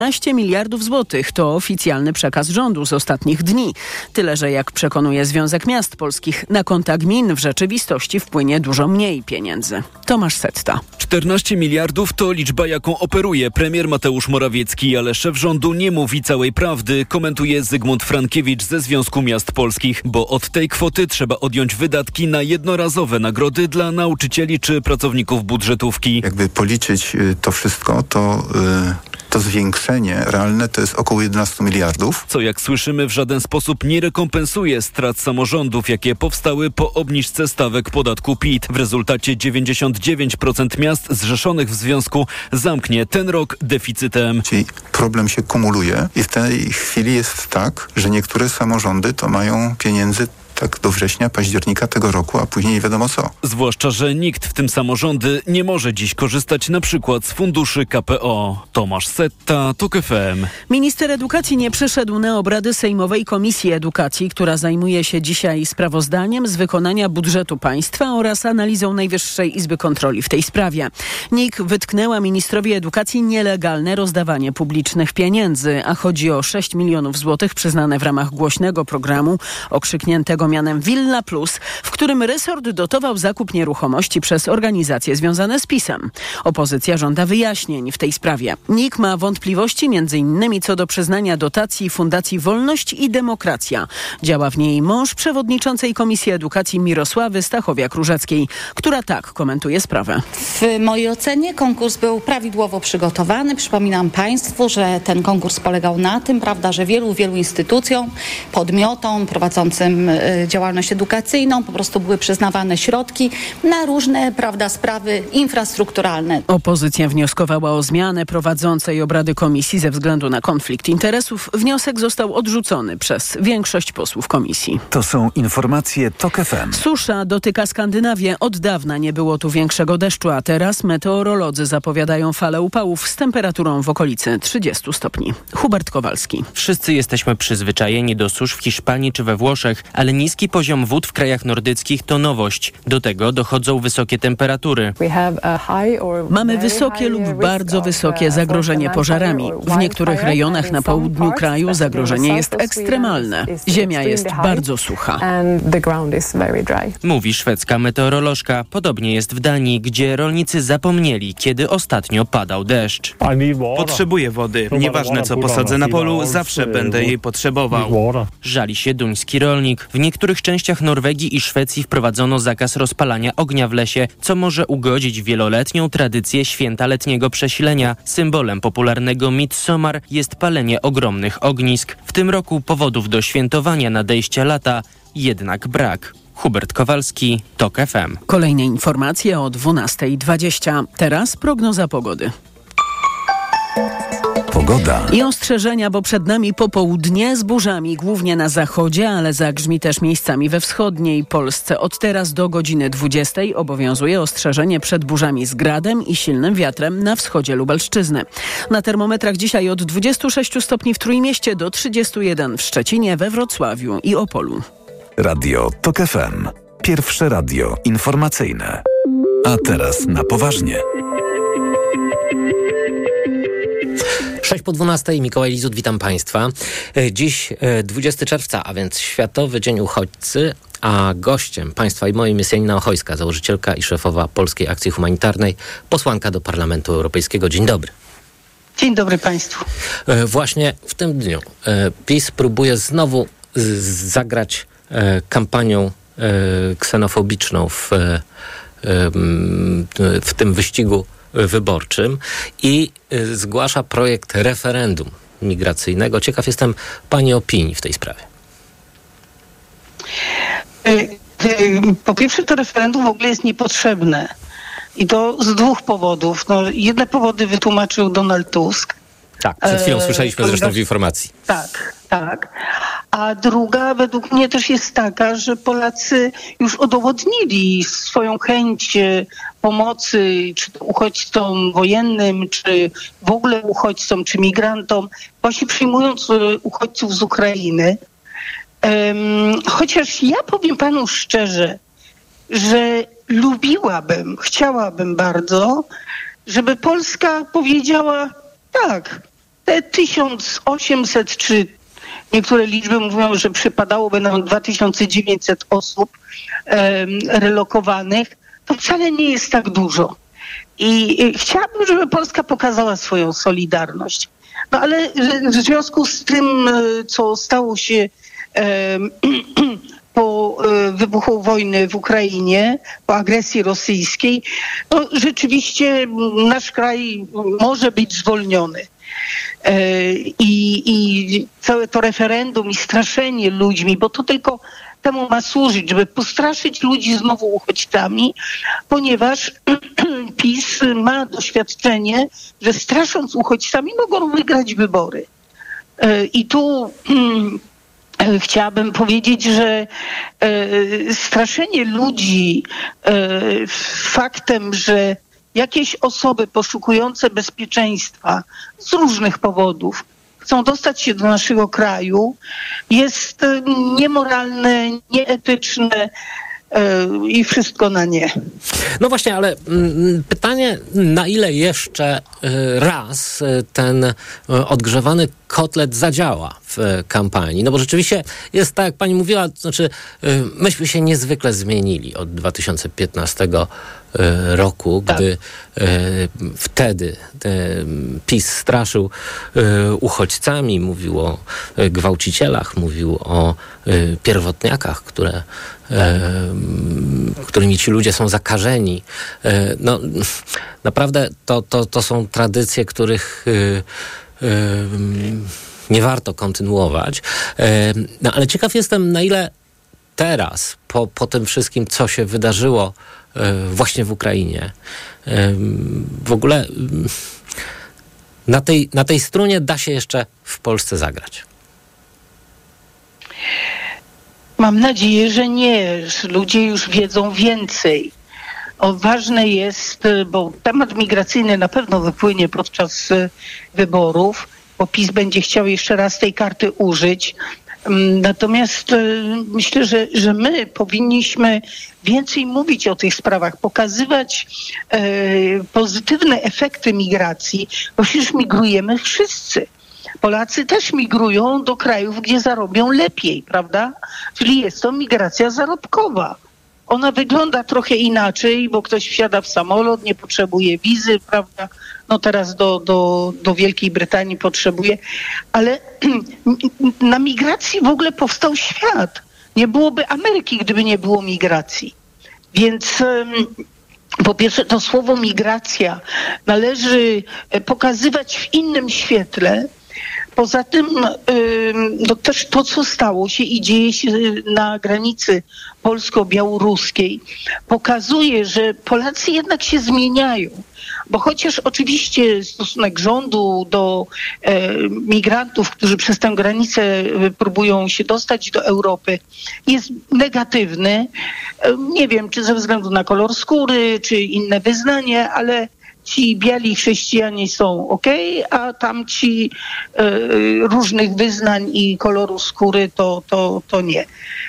15 miliardów złotych to oficjalny przekaz rządu z ostatnich dni. Tyle, że jak przekonuje Związek Miast Polskich, na konta gmin w rzeczywistości wpłynie dużo mniej pieniędzy. Tomasz Setta. 14 miliardów to liczba, jaką operuje premier Mateusz Morawiecki, ale szef rządu nie mówi całej prawdy, komentuje Zygmunt Frankiewicz ze Związku Miast Polskich, bo od tej kwoty trzeba odjąć wydatki na jednorazowe nagrody dla nauczycieli czy pracowników budżetówki. Jakby policzyć to wszystko, to zwiększenie realne to jest około 11 miliardów. Co jak słyszymy w żaden sposób nie rekompensuje strat samorządów, jakie powstały po obniżce stawek podatku PIT. W rezultacie 99% miast zrzeszonych w związku zamknie ten rok deficytem. Czyli problem się kumuluje i w tej chwili jest tak, że niektóre samorządy to mają pieniędzy tak do września, października tego roku, a później nie wiadomo co. Zwłaszcza, że nikt, w tym samorządy, nie może dziś korzystać na przykład z funduszy KPO. Tomasz Setta, TOK FM. Minister edukacji nie przyszedł na obrady Sejmowej Komisji Edukacji, która zajmuje się dzisiaj sprawozdaniem z wykonania budżetu państwa oraz analizą Najwyższej Izby Kontroli w tej sprawie. NIK wytknęła ministrowi edukacji nielegalne rozdawanie publicznych pieniędzy, a chodzi o 6 milionów złotych przyznane w ramach głośnego programu okrzykniętego mianem Villa Plus, w którym resort dotował zakup nieruchomości przez organizacje związane z PiS-em. Opozycja żąda wyjaśnień w tej sprawie. NIK ma wątpliwości m.in. co do przyznania dotacji Fundacji Wolność i Demokracja. Działa w niej mąż przewodniczącej Komisji Edukacji Mirosławy Stachowiak-Różeckiej, która tak komentuje sprawę. W mojej ocenie konkurs był prawidłowo przygotowany. Przypominam Państwu, że ten konkurs polegał na tym, prawda, że wielu instytucjom, podmiotom prowadzącym działalność edukacyjną po prostu były przyznawane środki na różne, prawda, sprawy infrastrukturalne. Opozycja wnioskowała o zmianę prowadzącej obrady komisji ze względu na konflikt interesów. Wniosek został odrzucony przez większość posłów komisji. To są informacje TOK FM. Susza dotyka Skandynawię. Od dawna nie było tu większego deszczu, a teraz meteorolodzy zapowiadają falę upałów z temperaturą w okolicy 30 stopni. Hubert Kowalski. Wszyscy jesteśmy przyzwyczajeni do susz w Hiszpanii czy we Włoszech, ale niski poziom wód w krajach nordyckich to nowość. Do tego dochodzą wysokie temperatury. Mamy wysokie lub bardzo wysokie zagrożenie pożarami. W niektórych rejonach na południu kraju zagrożenie jest ekstremalne. Ziemia jest bardzo sucha. Mówi szwedzka meteorolożka. Podobnie jest w Danii, gdzie rolnicy zapomnieli, kiedy ostatnio padał deszcz. Potrzebuję wody. Nieważne co posadzę na polu, zawsze będę jej potrzebował. Żali się duński rolnik. W niektórych częściach Norwegii i Szwecji wprowadzono zakaz rozpalania ognia w lesie, co może ugodzić wieloletnią tradycję święta letniego przesilenia. Symbolem popularnego Midsommar jest palenie ogromnych ognisk. W tym roku powodów do świętowania nadejścia lata jednak brak. Hubert Kowalski, TOK FM. Kolejne informacje o 12:20. Teraz prognoza pogody. Pogoda. I ostrzeżenia, bo przed nami popołudnie z burzami, głównie na zachodzie, ale zagrzmi też miejscami we wschodniej Polsce. Od teraz do godziny 20 obowiązuje ostrzeżenie przed burzami z gradem i silnym wiatrem na wschodzie Lubelszczyzny. Na termometrach dzisiaj od 26 stopni w Trójmieście do 31 w Szczecinie, we Wrocławiu i Opolu. Radio TOK FM. Pierwsze radio informacyjne. A teraz na poważnie. 6:12, Mikołaj Lizut, witam Państwa. Dziś 20 czerwca, a więc Światowy Dzień Uchodźcy, a gościem Państwa i moim jest Janina Ochojska, założycielka i szefowa Polskiej Akcji Humanitarnej, posłanka do Parlamentu Europejskiego. Dzień dobry. Dzień dobry Państwu. Właśnie w tym dniu PiS próbuje znowu zagrać kampanią ksenofobiczną w tym wyścigu wyborczym i zgłasza projekt referendum migracyjnego. Ciekaw jestem Pani opinii w tej sprawie. Po pierwsze, to referendum w ogóle jest niepotrzebne. I to z dwóch powodów. Jedne powody wytłumaczył Donald Tusk. Tak, przed chwilą słyszeliśmy zresztą w informacji. Tak. A druga według mnie też jest taka, że Polacy już udowodnili swoją chęć pomocy, czy to uchodźcom wojennym, czy w ogóle uchodźcom, czy migrantom, właśnie przyjmując uchodźców z Ukrainy. Chociaż ja powiem Panu szczerze, że chciałabym bardzo, żeby Polska powiedziała tak, te 1800 czy niektóre liczby mówią, że przypadałoby nam 2900 osób relokowanych, to wcale nie jest tak dużo. I chciałabym, żeby Polska pokazała swoją solidarność. No ale w związku z tym, co stało się po wybuchu wojny w Ukrainie, po agresji rosyjskiej, no rzeczywiście nasz kraj może być zwolniony. I całe to referendum i straszenie ludźmi, bo to tylko temu ma służyć, żeby postraszyć ludzi znowu uchodźcami, ponieważ PiS ma doświadczenie, że strasząc uchodźcami mogą wygrać wybory. I tu chciałabym powiedzieć, że straszenie ludzi faktem, że jakieś osoby poszukujące bezpieczeństwa z różnych powodów chcą dostać się do naszego kraju, jest niemoralne, nieetyczne i wszystko na nie. No właśnie, ale pytanie, na ile jeszcze raz ten odgrzewany kotlet zadziała w kampanii? No bo rzeczywiście jest tak, jak pani mówiła, to znaczy myśmy się niezwykle zmienili od 2015 roku, gdy wtedy PiS straszył uchodźcami, mówił o gwałcicielach, mówił o pierwotniakach, którymi ci ludzie są zakażeni. No naprawdę to są tradycje, których nie warto kontynuować. No ale ciekaw jestem, na ile teraz, po tym wszystkim, co się wydarzyło właśnie w Ukrainie, w ogóle na tej strunie da się jeszcze w Polsce zagrać. Mam nadzieję, że nie, że ludzie już wiedzą więcej. Ważne jest, bo temat migracyjny na pewno wypłynie podczas wyborów, bo PiS będzie chciał jeszcze raz tej karty użyć. Natomiast myślę, że my powinniśmy więcej mówić o tych sprawach, pokazywać pozytywne efekty migracji, bo przecież migrujemy wszyscy. Polacy też migrują do krajów, gdzie zarobią lepiej, prawda? Czyli jest to migracja zarobkowa. Ona wygląda trochę inaczej, bo ktoś wsiada w samolot, nie potrzebuje wizy, prawda? No teraz do Wielkiej Brytanii potrzebuje, ale na migracji w ogóle powstał świat. Nie byłoby Ameryki, gdyby nie było migracji. Więc po pierwsze to słowo migracja należy pokazywać w innym świetle. Poza tym no też to, co stało się i dzieje się na granicy polsko-białoruskiej, pokazuje, że Polacy jednak się zmieniają. Bo chociaż oczywiście stosunek rządu do migrantów, którzy przez tę granicę próbują się dostać do Europy, jest negatywny. Nie wiem, czy ze względu na kolor skóry, czy inne wyznanie, ale ci biali chrześcijanie są okej, a tamci różnych wyznań i koloru skóry to nie.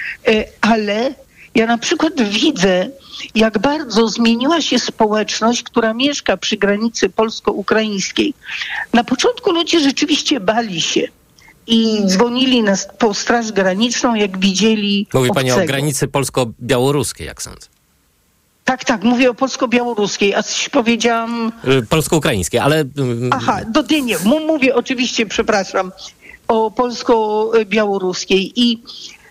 Ale ja na przykład widzę, jak bardzo zmieniła się społeczność, która mieszka przy granicy polsko-ukraińskiej. Na początku ludzie rzeczywiście bali się i dzwonili po Straż Graniczną, jak widzieli Mówi obcego. pani o granicy polsko-białoruskiej, jak sądzę. Tak, mówię o polsko-białoruskiej, a coś powiedziałam... Polsko-ukraińskiej, ale... Aha, nie, mówię oczywiście, przepraszam, o polsko-białoruskiej. I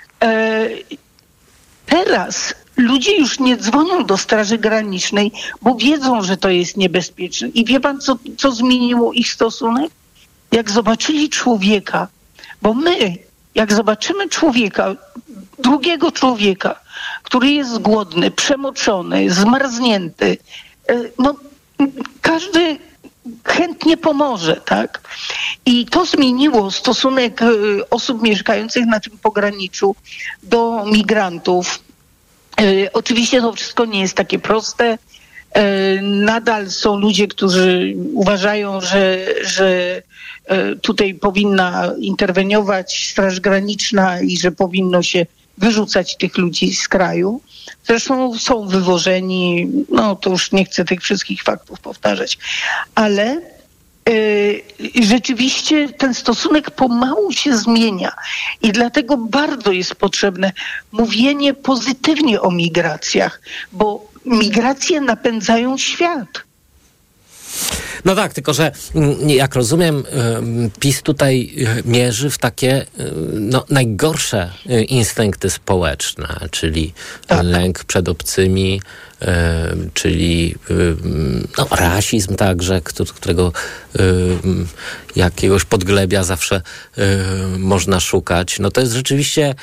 teraz ludzie już nie dzwonią do Straży Granicznej, bo wiedzą, że to jest niebezpieczne. I wie pan, co zmieniło ich stosunek? Jak zobaczyli człowieka, bo my, jak zobaczymy człowieka, drugiego człowieka, który jest głodny, przemoczony, zmarznięty, no każdy chętnie pomoże, tak? I to zmieniło stosunek osób mieszkających na tym pograniczu do migrantów. Oczywiście to wszystko nie jest takie proste. Nadal są ludzie, którzy uważają, że tutaj powinna interweniować Straż Graniczna i że powinno się wyrzucać tych ludzi z kraju. Zresztą są wywożeni, no to już nie chcę tych wszystkich faktów powtarzać, ale rzeczywiście ten stosunek pomału się zmienia i dlatego bardzo jest potrzebne mówienie pozytywnie o migracjach, bo migracje napędzają świat. No tak, tylko że jak rozumiem, PiS tutaj mierzy w takie najgorsze instynkty społeczne, czyli lęk przed obcymi, czyli rasizm także, którego jakiegoś podglebia zawsze można szukać. No to jest rzeczywiście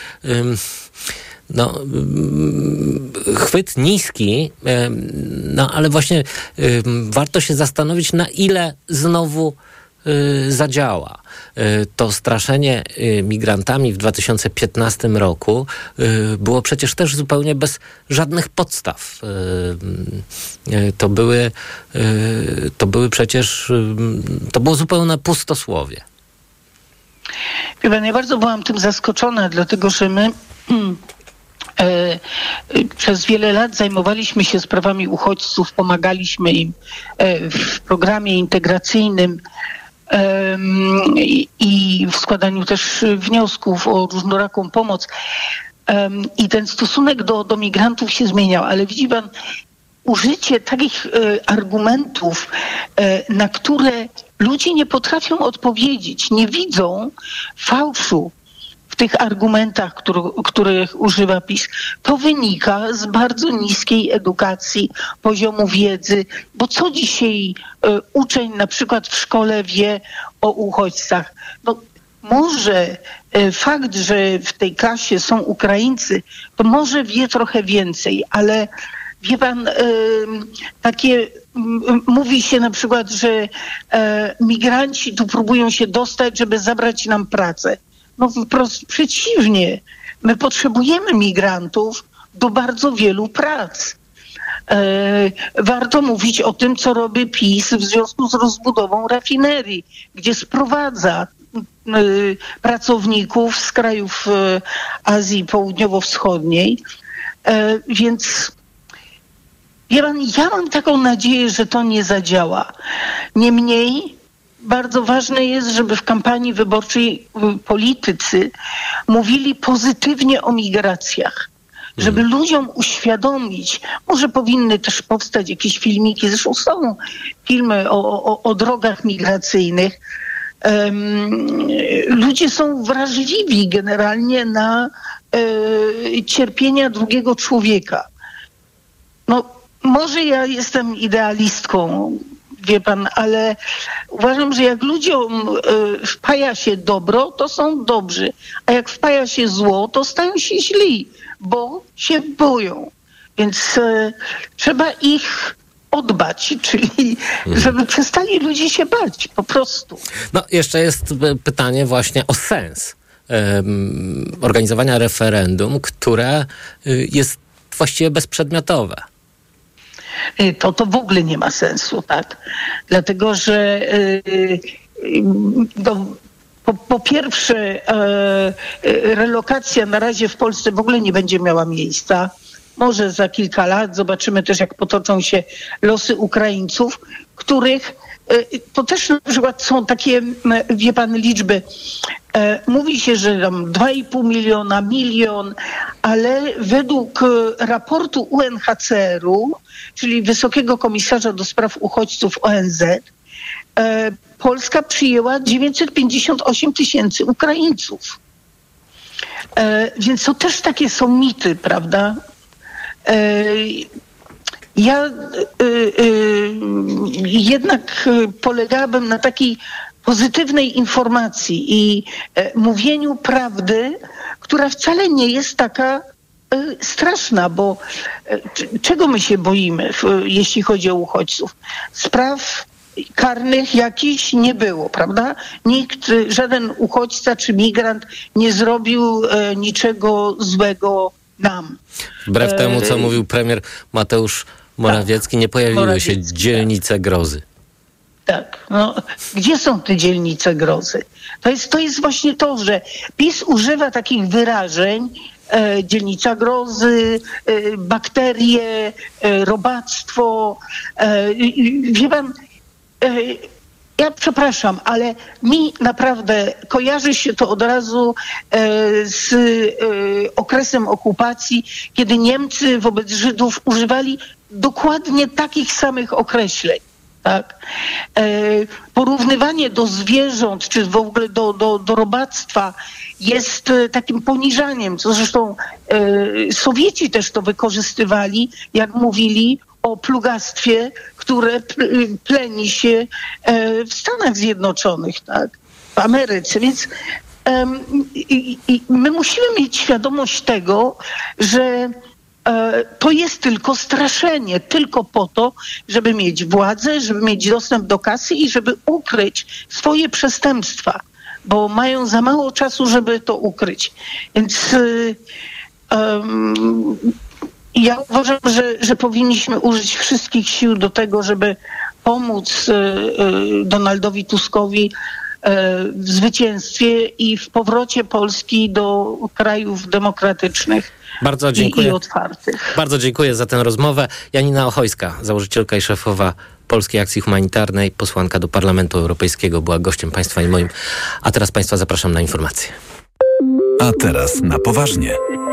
chwyt niski, ale właśnie warto się zastanowić, na ile znowu zadziała. To straszenie migrantami w 2015 roku było przecież też zupełnie bez żadnych podstaw. To było zupełne pustosłowie. Wie pan, ja bardzo byłam tym zaskoczona, dlatego że my przez wiele lat zajmowaliśmy się sprawami uchodźców, pomagaliśmy im w programie integracyjnym i w składaniu też wniosków o różnoraką pomoc. I ten stosunek do migrantów się zmieniał, ale widzi pan, użycie takich argumentów, na które ludzie nie potrafią odpowiedzieć, nie widzą fałszu w tych argumentach, których używa PiS, to wynika z bardzo niskiej edukacji, poziomu wiedzy, bo co dzisiaj uczeń na przykład w szkole wie o uchodźcach? No, może fakt, że w tej klasie są Ukraińcy, to może wie trochę więcej, ale wie pan, mówi się na przykład, że migranci tu próbują się dostać, żeby zabrać nam pracę. No wprost przeciwnie. My potrzebujemy migrantów do bardzo wielu prac. Warto mówić o tym, co robi PiS w związku z rozbudową rafinerii, gdzie sprowadza pracowników z krajów Azji Południowo-Wschodniej. Więc ja mam taką nadzieję, że to nie zadziała. Niemniej bardzo ważne jest, żeby w kampanii wyborczej politycy mówili pozytywnie o migracjach. Żeby ludziom uświadomić, może powinny też powstać jakieś filmiki, zresztą są filmy o drogach migracyjnych. Ludzie są wrażliwi generalnie na cierpienia drugiego człowieka. No, może ja jestem idealistką, wie pan, ale uważam, że jak ludziom wpaja się dobro, to są dobrzy, a jak wpaja się zło, to stają się źli, bo się boją. Więc trzeba ich odbać, czyli żeby przestali ludzie się bać, po prostu. No, jeszcze jest pytanie właśnie o sens organizowania referendum, które jest właściwie bezprzedmiotowe. To w ogóle nie ma sensu, tak? Dlatego, że po pierwsze relokacja na razie w Polsce w ogóle nie będzie miała miejsca. Może za kilka lat zobaczymy też, jak potoczą się losy Ukraińców, których to też na przykład są takie, wie pan, liczby. Mówi się, że tam 2,5 miliona, 1 milion, ale według raportu UNHCR-u, czyli Wysokiego Komisarza do Spraw Uchodźców ONZ, Polska przyjęła 958 000 Ukraińców. Więc to też takie są mity, prawda? Ja jednak polegałabym na takiej pozytywnej informacji i mówieniu prawdy, która wcale nie jest taka straszna, bo czego my się boimy, jeśli chodzi o uchodźców? Spraw karnych jakichś nie było, prawda? Żaden uchodźca czy migrant nie zrobił niczego złego nam. Wbrew temu, co mówił premier Mateusz Morawiecki, nie pojawiły się dzielnice grozy. Tak, no, gdzie są te dzielnice grozy? To jest właśnie to, że PiS używa takich wyrażeń, dzielnica grozy, bakterie, robactwo. Wie pan, Ja przepraszam, ale mi naprawdę kojarzy się to od razu z okresem okupacji, kiedy Niemcy wobec Żydów używali dokładnie takich samych określeń. Tak? Porównywanie do zwierząt, czy w ogóle do robactwa jest takim poniżaniem, co zresztą Sowieci też to wykorzystywali, jak mówili o plugastwie, które pleni się w Stanach Zjednoczonych, tak? W Ameryce. Więc my musimy mieć świadomość tego, że to jest tylko straszenie, tylko po to, żeby mieć władzę, żeby mieć dostęp do kasy i żeby ukryć swoje przestępstwa, bo mają za mało czasu, żeby to ukryć. Więc ja uważam, że powinniśmy użyć wszystkich sił do tego, żeby pomóc Donaldowi Tuskowi w zwycięstwie i w powrocie Polski do krajów demokratycznych. Bardzo dziękuję. I otwartych. Bardzo dziękuję za tę rozmowę. Janina Ochojska, założycielka i szefowa Polskiej Akcji Humanitarnej, posłanka do Parlamentu Europejskiego, była gościem państwa i moim. A teraz państwa zapraszam na informacje. A teraz na poważnie.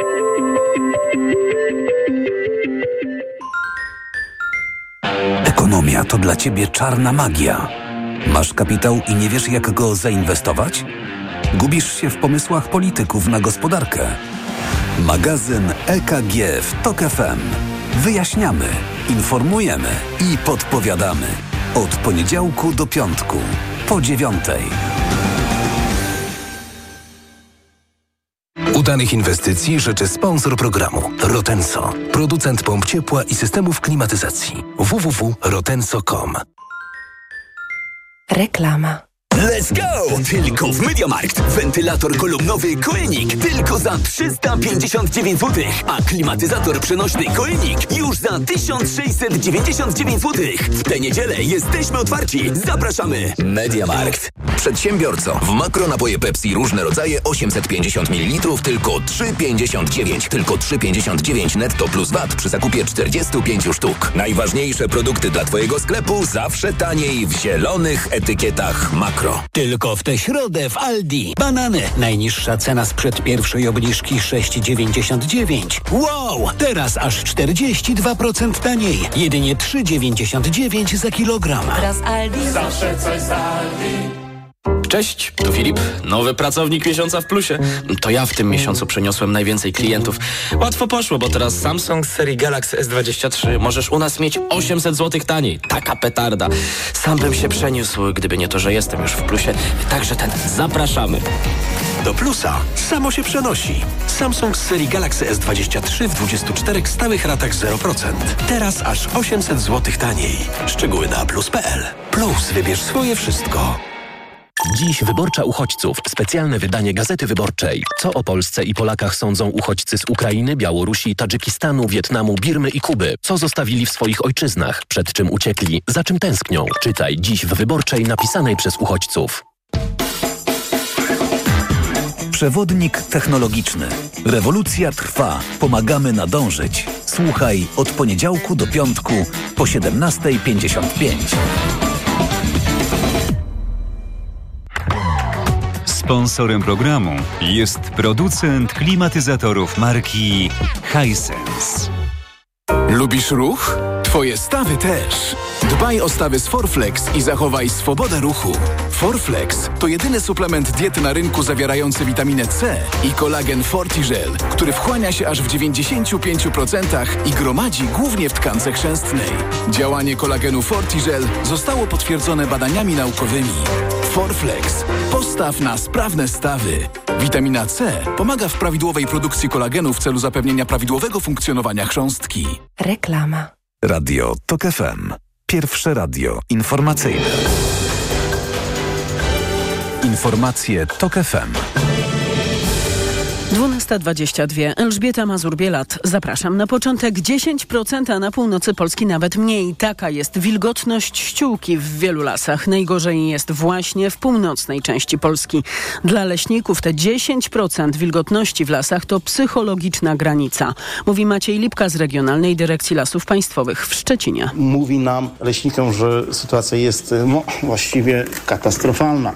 Ekonomia to dla ciebie czarna magia. Masz kapitał i nie wiesz, jak go zainwestować? Gubisz się w pomysłach polityków na gospodarkę? Magazyn EKG w TOK FM. Wyjaśniamy, informujemy i podpowiadamy. Od poniedziałku do piątku, po 9:00. Udanych inwestycji życzy sponsor programu Rotenso, producent pomp ciepła i systemów klimatyzacji. www.rotenso.com. Reklama. Let's go! Tylko w MediaMarkt. Wentylator kolumnowy Koenig tylko za 359 zł, a klimatyzator przenośny Koenig już za 1699 zł. W tę niedzielę jesteśmy otwarci. Zapraszamy. MediaMarkt. Przedsiębiorco, w Makro napoje Pepsi różne rodzaje 850 ml tylko 3,59. Tylko 3,59 netto plus VAT przy zakupie 45 sztuk. Najważniejsze produkty dla Twojego sklepu zawsze taniej w zielonych etykietach Makro. Tylko w tę środę w Aldi. Banany. Najniższa cena sprzed pierwszej obniżki 6,99. Wow! Teraz aż 42% taniej. Jedynie 3,99 za kilogram. Teraz Aldi. Zawsze coś z Aldi. Cześć, tu Filip, nowy pracownik miesiąca w plusie. To ja w tym miesiącu przeniosłem najwięcej klientów. Łatwo poszło, bo teraz Samsung z serii Galaxy S23 możesz u nas mieć 800 zł taniej. Taka petarda. Sam bym się przeniósł, gdyby nie to, że jestem już w plusie. Także zapraszamy. Do plusa samo się przenosi. Samsung z serii Galaxy S23 w 24 stałych ratach 0%. Teraz aż 800 zł taniej. Szczegóły na plus.pl. Plus, wybierz swoje wszystko. Dziś Wyborcza Uchodźców. Specjalne wydanie Gazety Wyborczej. Co o Polsce i Polakach sądzą uchodźcy z Ukrainy, Białorusi, Tadżykistanu, Wietnamu, Birmy i Kuby? Co zostawili w swoich ojczyznach? Przed czym uciekli? Za czym tęsknią? Czytaj dziś w Wyborczej napisanej przez uchodźców. Przewodnik technologiczny. Rewolucja trwa. Pomagamy nadążyć. Słuchaj od poniedziałku do piątku po 17:55. Sponsorem programu jest producent klimatyzatorów marki Hisense. Lubisz ruch? Twoje stawy też. Dbaj o stawy z Forflex i zachowaj swobodę ruchu. Forflex to jedyny suplement diety na rynku zawierający witaminę C i kolagen Fortigel, który wchłania się aż w 95% i gromadzi głównie w tkance chrzęstnej. Działanie kolagenu Fortigel zostało potwierdzone badaniami naukowymi. Forflex. Postaw na sprawne stawy. Witamina C pomaga w prawidłowej produkcji kolagenu w celu zapewnienia prawidłowego funkcjonowania chrząstki. Reklama. Radio TOK FM. Pierwsze radio informacyjne. Informacje TOK FM. 12:22. Elżbieta Mazur-Bielat. Zapraszam. Na początek 10%, a na północy Polski nawet mniej. Taka jest wilgotność ściółki w wielu lasach. Najgorzej jest właśnie w północnej części Polski. Dla leśników te 10% wilgotności w lasach to psychologiczna granica. Mówi Maciej Lipka z Regionalnej Dyrekcji Lasów Państwowych w Szczecinie. Mówi nam, leśnikom, że sytuacja jest właściwie katastrofalna.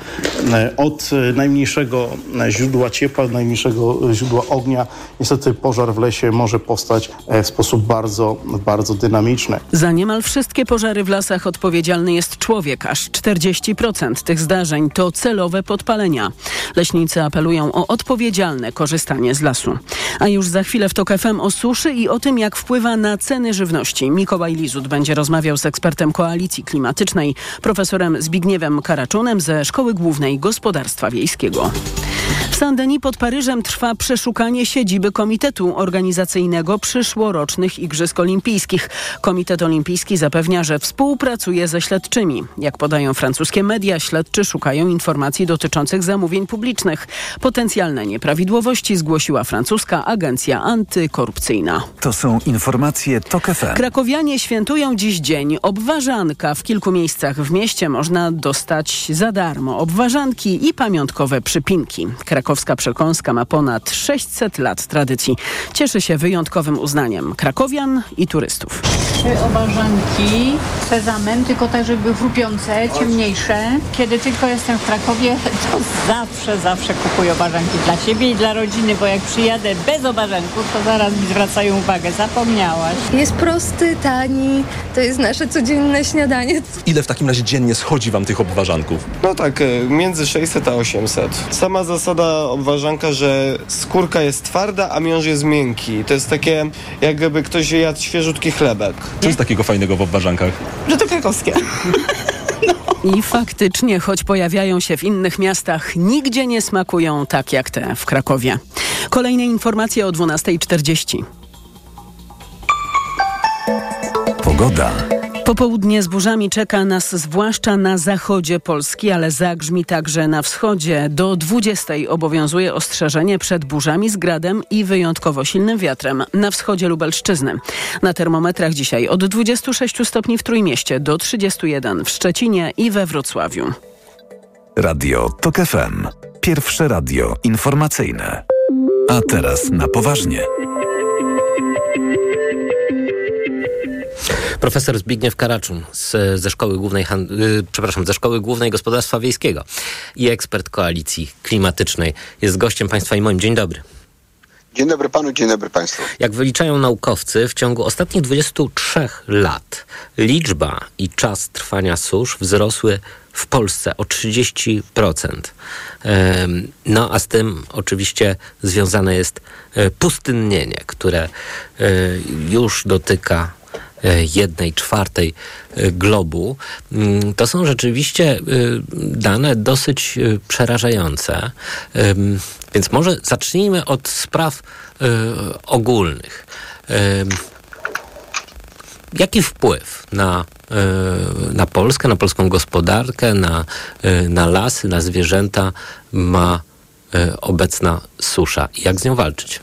Od najmniejszego źródła ciepła, najmniejszego źródła ognia, niestety pożar w lesie może powstać w sposób bardzo, bardzo dynamiczny. Za niemal wszystkie pożary w lasach odpowiedzialny jest człowiek. Aż 40% tych zdarzeń to celowe podpalenia. Leśnicy apelują o odpowiedzialne korzystanie z lasu. A już za chwilę w TOK FM o suszy i o tym, jak wpływa na ceny żywności. Mikołaj Lizut będzie rozmawiał z ekspertem Koalicji Klimatycznej, profesorem Zbigniewem Karaczunem ze Szkoły Głównej Gospodarstwa Wiejskiego. W Saint-Denis pod Paryżem trwa przeszukanie siedziby Komitetu Organizacyjnego przyszłorocznych Igrzysk Olimpijskich. Komitet Olimpijski zapewnia, że współpracuje ze śledczymi. Jak podają francuskie media, śledczy szukają informacji dotyczących zamówień publicznych. Potencjalne nieprawidłowości zgłosiła francuska agencja antykorupcyjna. To są informacje TOK FM. Krakowianie świętują dziś dzień obwarzanka. W kilku miejscach w mieście można dostać za darmo obwarzanki i pamiątkowe przypinki. Krakowska przekąska ma ponad 600 lat tradycji. Cieszy się wyjątkowym uznaniem krakowian i turystów. Obwarzanki, sezamem, tylko tak, żeby były chrupiące, ciemniejsze. Kiedy tylko jestem w Krakowie, to zawsze kupuję obwarzanki dla siebie i dla rodziny, bo jak przyjadę bez obwarzanków, to zaraz mi zwracają uwagę. Zapomniałaś. Jest prosty, tani, to jest nasze codzienne śniadanie. Ile w takim razie dziennie schodzi wam tych obwarzanków? No tak, między 600 a 800. Sama zasada obwarzanka, że skórka jest twarda, a miąższ jest miękki. To jest takie, jakby ktoś jadł świeżutki chlebek. Co jest takiego fajnego w obwarzankach? Że to krakowskie. I faktycznie, choć pojawiają się w innych miastach, nigdzie nie smakują tak jak te w Krakowie. Kolejne informacje o 12:40. Pogoda. Popołudnie z burzami czeka nas zwłaszcza na zachodzie Polski, ale zagrzmi także na wschodzie. Do 20 obowiązuje ostrzeżenie przed burzami z gradem i wyjątkowo silnym wiatrem na wschodzie Lubelszczyzny. Na termometrach dzisiaj od 26 stopni w Trójmieście do 31 w Szczecinie i we Wrocławiu. Radio TOK FM. Pierwsze radio informacyjne. A teraz na poważnie. Profesor Zbigniew Karaczun ze Szkoły Głównej Gospodarstwa Wiejskiego i ekspert Koalicji Klimatycznej jest gościem państwa i moim. Dzień dobry. Dzień dobry panu, dzień dobry państwu. Jak wyliczają naukowcy, w ciągu ostatnich 23 lat liczba i czas trwania susz wzrosły w Polsce o 30%. No a z tym oczywiście związane jest pustynnienie, które już dotyka 1/4 globu. To są rzeczywiście dane dosyć przerażające. Więc może zacznijmy od spraw ogólnych. Jaki wpływ na Polskę, na polską gospodarkę, na lasy, na zwierzęta ma obecna susza? I jak z nią walczyć?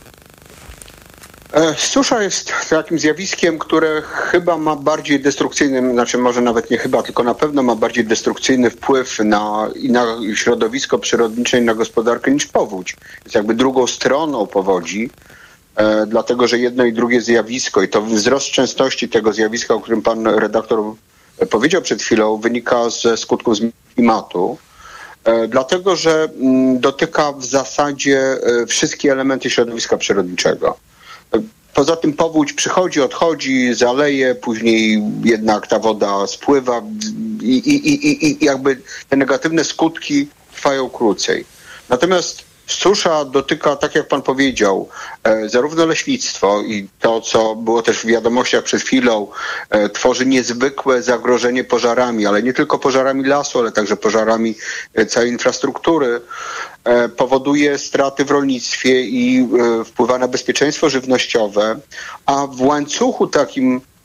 Susza jest takim zjawiskiem, które chyba ma bardziej destrukcyjny, znaczy może nawet nie chyba, tylko na pewno ma bardziej destrukcyjny wpływ na środowisko przyrodnicze i na gospodarkę niż powódź. Jest jakby drugą stroną powodzi, dlatego że jedno i drugie zjawisko i to wzrost częstości tego zjawiska, o którym pan redaktor powiedział przed chwilą, wynika ze skutków zmian klimatu. Dlatego, że dotyka w zasadzie wszystkie elementy środowiska przyrodniczego. Poza tym powódź przychodzi, odchodzi, zaleje, później jednak ta woda spływa i jakby te negatywne skutki trwają krócej. Natomiast susza dotyka, tak jak pan powiedział, zarówno leśnictwo i to, co było też w wiadomościach przed chwilą, tworzy niezwykłe zagrożenie pożarami, ale nie tylko pożarami lasu, ale także pożarami całej infrastruktury. Powoduje straty w rolnictwie i wpływa na bezpieczeństwo żywnościowe, a w łańcuchu takim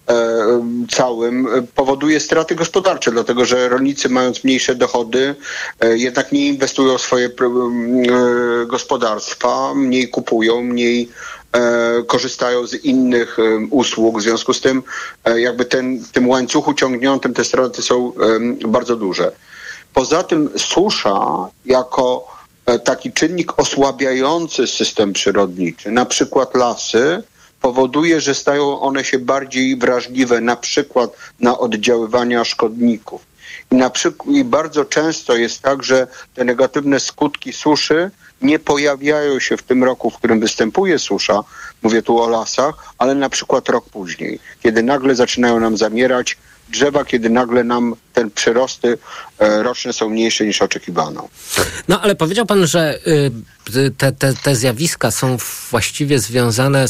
całym powoduje straty gospodarcze, dlatego że rolnicy, mając mniejsze dochody, jednak nie inwestują w swoje gospodarstwa, mniej kupują, mniej korzystają z innych usług. W związku z tym jakby tym łańcuchu ciągniętym te straty są bardzo duże. Poza tym susza jako taki czynnik osłabiający system przyrodniczy, na przykład lasy, powoduje, że stają one się bardziej wrażliwe na przykład na oddziaływania szkodników. I bardzo często jest tak, że te negatywne skutki suszy nie pojawiają się w tym roku, w którym występuje susza, mówię tu o lasach, ale na przykład rok później, kiedy nagle zaczynają nam zamierać drzewa, kiedy nagle nam te przyrosty roczne są mniejsze niż oczekiwano. No ale powiedział pan, że te zjawiska są właściwie związane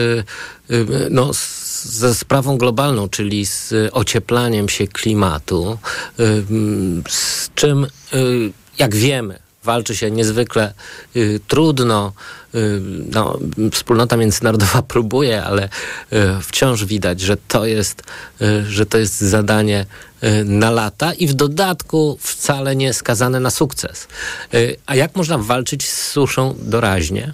ze sprawą globalną, czyli z ocieplaniem się klimatu, z czym, jak wiemy, walczy się niezwykle trudno. Wspólnota międzynarodowa próbuje, ale wciąż widać, że to jest zadanie na lata i w dodatku wcale nie skazane na sukces. A jak można walczyć z suszą doraźnie?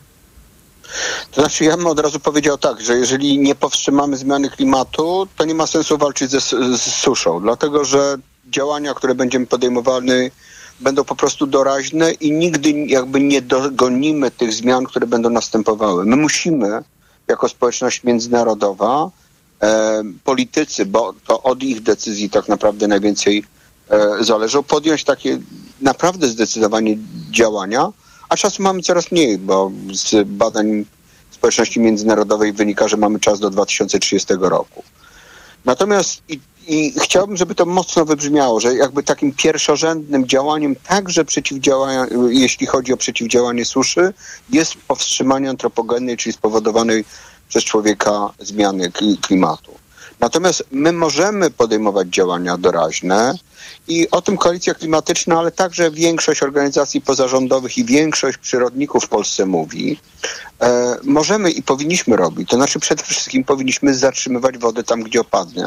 To znaczy, ja bym od razu powiedział tak, że jeżeli nie powstrzymamy zmiany klimatu, to nie ma sensu walczyć z suszą, dlatego że działania, które będziemy podejmowali, będą po prostu doraźne i nigdy jakby nie dogonimy tych zmian, które będą następowały. My musimy, jako społeczność międzynarodowa, politycy, bo to od ich decyzji tak naprawdę najwięcej zależy, podjąć takie naprawdę zdecydowanie działania, a czasu mamy coraz mniej, bo z badań społeczności międzynarodowej wynika, że mamy czas do 2030 roku. Natomiast i chciałbym, żeby to mocno wybrzmiało, że jakby takim pierwszorzędnym działaniem także jeśli chodzi o przeciwdziałanie suszy, jest powstrzymanie antropogennej, czyli spowodowanej przez człowieka zmiany klimatu. Natomiast my możemy podejmować działania doraźne i o tym Koalicja Klimatyczna, ale także większość organizacji pozarządowych i większość przyrodników w Polsce mówi, możemy i powinniśmy robić. To znaczy przede wszystkim powinniśmy zatrzymywać wodę tam, gdzie opadnie,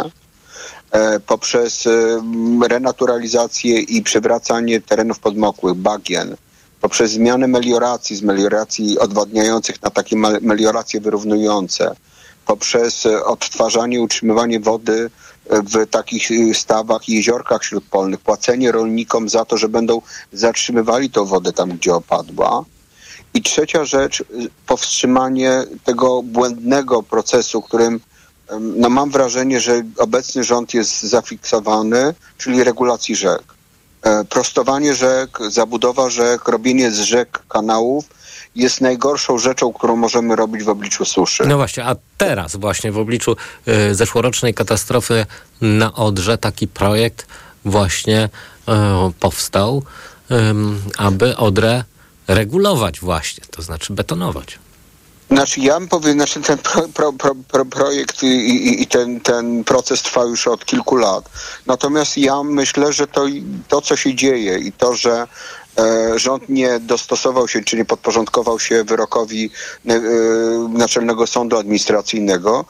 poprzez renaturalizację i przywracanie terenów podmokłych, bagien, poprzez zmianę melioracji, z melioracji odwadniających na takie melioracje wyrównujące, poprzez odtwarzanie, utrzymywanie wody w takich stawach i jeziorkach śródpolnych, płacenie rolnikom za to, że będą zatrzymywali tą wodę tam, gdzie opadła. I trzecia rzecz, powstrzymanie tego błędnego procesu, którym mam wrażenie, że obecny rząd jest zafiksowany, czyli regulacji rzek. Prostowanie rzek, zabudowa rzek, robienie z rzek kanałów jest najgorszą rzeczą, którą możemy robić w obliczu suszy. No właśnie, a teraz właśnie w obliczu zeszłorocznej katastrofy na Odrze taki projekt właśnie powstał, aby Odrę regulować właśnie, to znaczy betonować. Znaczy ja bym powiedział, ten projekt i ten proces trwa już od kilku lat. Natomiast ja myślę, że to co się dzieje i to, że rząd nie dostosował się, czy nie podporządkował się wyrokowi Naczelnego Sądu Administracyjnego,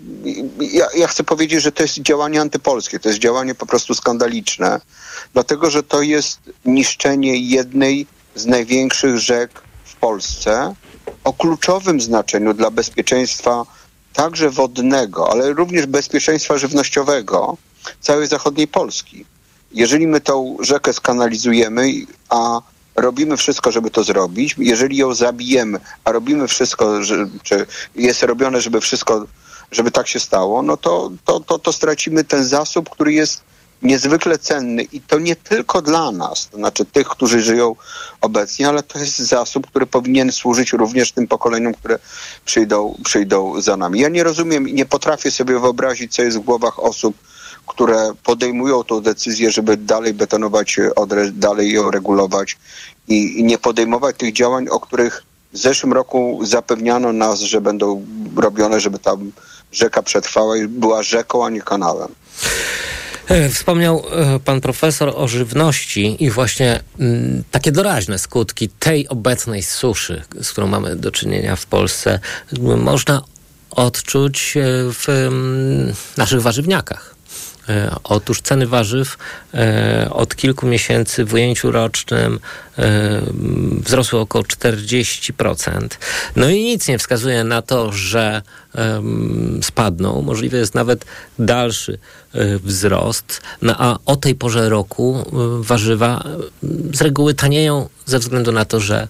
ja chcę powiedzieć, że to jest działanie antypolskie, to jest działanie po prostu skandaliczne, dlatego że to jest niszczenie jednej z największych rzek w Polsce, o kluczowym znaczeniu dla bezpieczeństwa także wodnego, ale również bezpieczeństwa żywnościowego całej zachodniej Polski. Jeżeli my tą rzekę skanalizujemy, a robimy wszystko, żeby to zrobić, jeżeli ją zabijemy, a robimy wszystko, czy jest robione, żeby tak się stało, no to stracimy ten zasób, który jest niezwykle cenny i to nie tylko dla nas, to znaczy tych, którzy żyją obecnie, ale to jest zasób, który powinien służyć również tym pokoleniom, które przyjdą za nami. Ja nie rozumiem i nie potrafię sobie wyobrazić, co jest w głowach osób, które podejmują tą decyzję, żeby dalej betonować Odrę, dalej ją regulować i nie podejmować tych działań, o których w zeszłym roku zapewniano nas, że będą robione, żeby ta rzeka przetrwała i była rzeką, a nie kanałem. Wspomniał pan profesor o żywności i właśnie takie doraźne skutki tej obecnej suszy, z którą mamy do czynienia w Polsce, można odczuć w naszych warzywniakach. Otóż ceny warzyw od kilku miesięcy w ujęciu rocznym wzrosły około 40%. No i nic nie wskazuje na to, że spadną. Możliwy jest nawet dalszy wzrost. No a o tej porze roku warzywa z reguły tanieją ze względu na to, że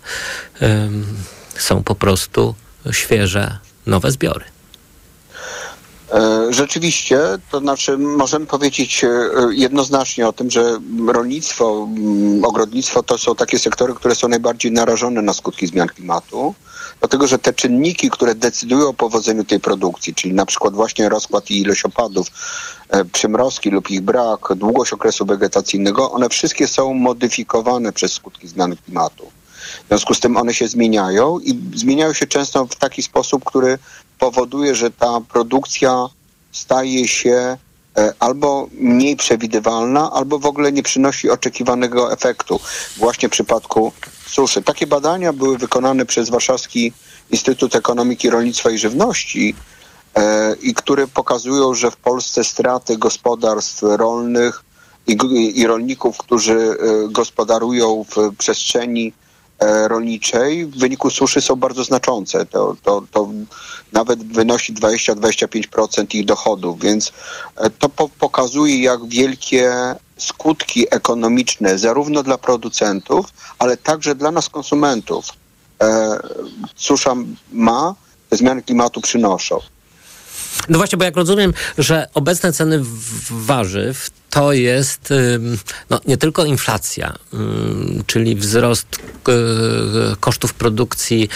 są po prostu świeże, nowe zbiory. Rzeczywiście, to znaczy możemy powiedzieć jednoznacznie o tym, że rolnictwo, ogrodnictwo to są takie sektory, które są najbardziej narażone na skutki zmian klimatu, dlatego że te czynniki, które decydują o powodzeniu tej produkcji, czyli na przykład właśnie rozkład i ilość opadów, przymrozki lub ich brak, długość okresu wegetacyjnego, one wszystkie są modyfikowane przez skutki zmian klimatu. W związku z tym one się zmieniają i zmieniają się często w taki sposób, który powoduje, że ta produkcja staje się albo mniej przewidywalna, albo w ogóle nie przynosi oczekiwanego efektu. Właśnie w przypadku suszy. Takie badania były wykonane przez Warszawski Instytut Ekonomiki, Rolnictwa i Żywności i które pokazują, że w Polsce straty gospodarstw rolnych i rolników, którzy gospodarują w przestrzeni rolniczej w wyniku suszy są bardzo znaczące. To nawet wynosi 20-25% ich dochodów, więc to pokazuje, jak wielkie skutki ekonomiczne zarówno dla producentów, ale także dla nas konsumentów susza ma, te zmiany klimatu przynoszą. No właśnie, bo jak rozumiem, że obecne ceny warzyw to jest nie tylko inflacja, czyli wzrost kosztów produkcji,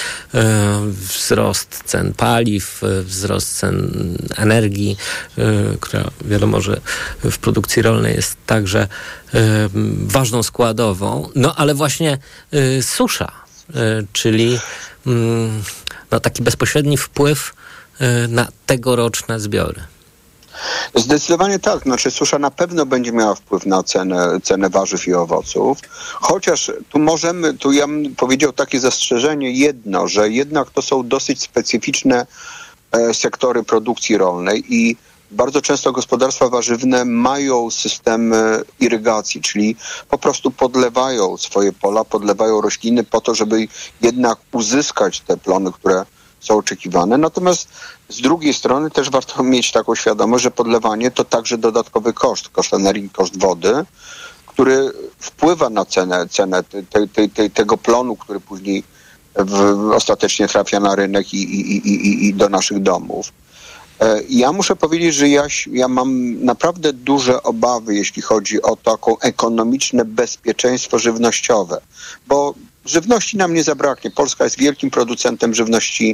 wzrost cen paliw, wzrost cen energii, która wiadomo, że w produkcji rolnej jest także ważną składową, no ale właśnie susza, czyli taki bezpośredni wpływ na tegoroczne zbiory. Zdecydowanie tak. Znaczy susza na pewno będzie miała wpływ na cenę warzyw i owoców. Chociaż tu ja bym powiedział takie zastrzeżenie jedno, że jednak to są dosyć specyficzne sektory produkcji rolnej i bardzo często gospodarstwa warzywne mają system irygacji, czyli po prostu podlewają swoje pola, podlewają rośliny po to, żeby jednak uzyskać te plony, które są oczekiwane. Natomiast z drugiej strony też warto mieć taką świadomość, że podlewanie to także dodatkowy koszt energii, koszt wody, który wpływa na cenę tego plonu, który później ostatecznie trafia na rynek i do naszych domów. Ja muszę powiedzieć, że ja mam naprawdę duże obawy, jeśli chodzi o taką ekonomiczne bezpieczeństwo żywnościowe, bo żywności nam nie zabraknie. Polska jest wielkim producentem żywności,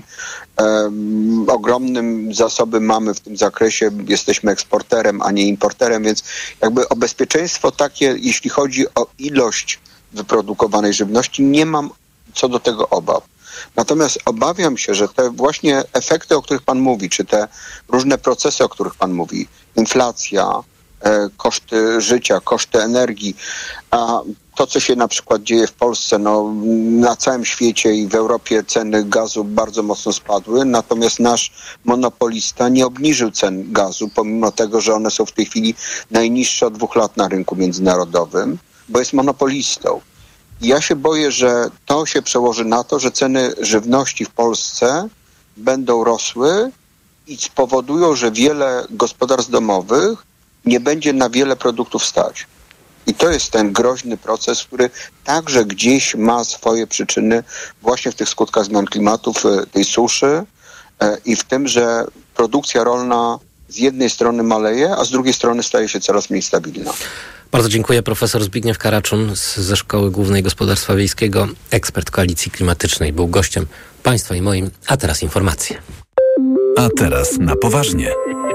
ogromnym zasoby mamy w tym zakresie, jesteśmy eksporterem, a nie importerem, więc jakby o bezpieczeństwo takie, jeśli chodzi o ilość wyprodukowanej żywności, nie mam co do tego obaw. Natomiast obawiam się, że te właśnie efekty, o których Pan mówi, czy te różne procesy, o których Pan mówi, inflacja, koszty życia, koszty energii, a to, co się na przykład dzieje w Polsce, na całym świecie i w Europie ceny gazu bardzo mocno spadły, natomiast nasz monopolista nie obniżył cen gazu, pomimo tego, że one są w tej chwili najniższe od 2 lat na rynku międzynarodowym, bo jest monopolistą. Ja się boję, że to się przełoży na to, że ceny żywności w Polsce będą rosły i spowodują, że wiele gospodarstw domowych nie będzie na wiele produktów stać. I to jest ten groźny proces, który także gdzieś ma swoje przyczyny właśnie w tych skutkach zmian klimatu, w tej suszy i w tym, że produkcja rolna z jednej strony maleje, a z drugiej strony staje się coraz mniej stabilna. Bardzo dziękuję. Profesor Zbigniew Karaczun ze Szkoły Głównej Gospodarstwa Wiejskiego, ekspert Koalicji Klimatycznej, był gościem Państwa i moim. A teraz informacje. A teraz na poważnie.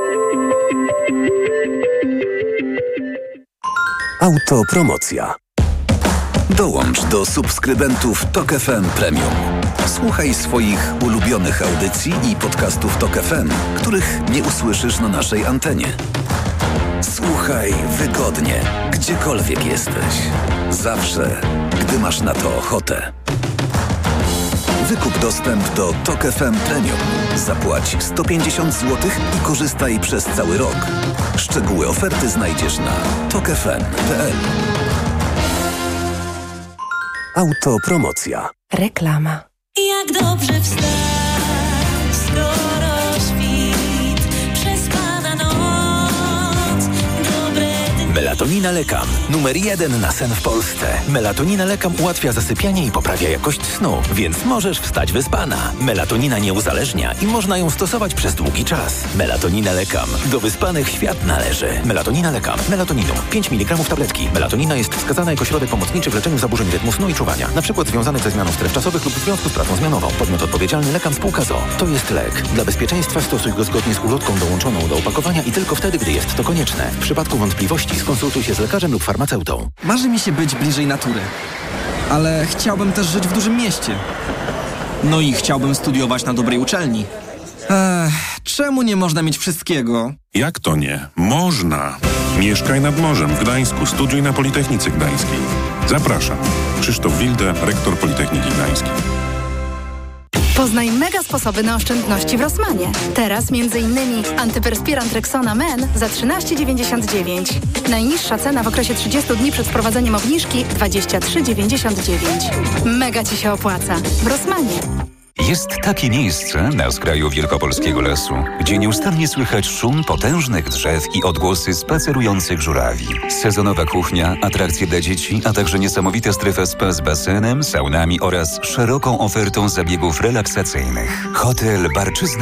Autopromocja. Dołącz do subskrybentów TOK FM Premium. Słuchaj swoich ulubionych audycji i podcastów TOK FM, których nie usłyszysz na naszej antenie. Słuchaj wygodnie, gdziekolwiek jesteś. Zawsze, gdy masz na to ochotę. Wykup dostęp do TOK FM Premium. Zapłać 150 zł i korzystaj przez cały rok. Szczegóły oferty znajdziesz na tokefm.pl. Autopromocja. Reklama. Jak dobrze wstać, skoro świt, przespana noc, dobre dni. Melatonina Lekam. Numer 1 na sen w Polsce. Melatonina Lekam ułatwia zasypianie i poprawia jakość snu, więc możesz wstać wyspana. Melatonina nie uzależnia i można ją stosować przez długi czas. Melatonina Lekam. Do wyspanych świat należy. Melatonina Lekam. Melatoninu. 5 mg tabletki. Melatonina jest wskazana jako środek pomocniczy w leczeniu zaburzeń rytmu snu i czuwania. Na przykład związanych ze zmianą stref czasowych lub w związku z pracą zmianową. Podmiot odpowiedzialny Lekam spółka ZOO. To jest lek. Dla bezpieczeństwa stosuj go zgodnie z ulotką dołączoną do opakowania i tylko wtedy, gdy jest to konieczne. W przypadku wątpliwości skonsultuj się z lekarzem lub farmaceutą. Marzy mi się być bliżej natury, ale chciałbym też żyć w dużym mieście. No i chciałbym studiować na dobrej uczelni. Czemu nie można mieć wszystkiego? Jak to nie? Można. Mieszkaj nad morzem w Gdańsku. Studiuj na Politechnice Gdańskiej. Zapraszam. Krzysztof Wilde, rektor Politechniki Gdańskiej. Poznaj mega sposoby na oszczędności w Rossmanie. Teraz m.in. antyperspirant Rexona Men za 13,99. Najniższa cena w okresie 30 dni przed wprowadzeniem obniżki 23,99. Mega Ci się opłaca. W Rossmanie. Jest takie miejsce na skraju wielkopolskiego lasu, gdzie nieustannie słychać szum potężnych drzew i odgłosy spacerujących żurawi. Sezonowa kuchnia, atrakcje dla dzieci, a także niesamowita strefa spa z basenem, saunami oraz szeroką ofertą zabiegów relaksacyjnych. Hotel Barczyzna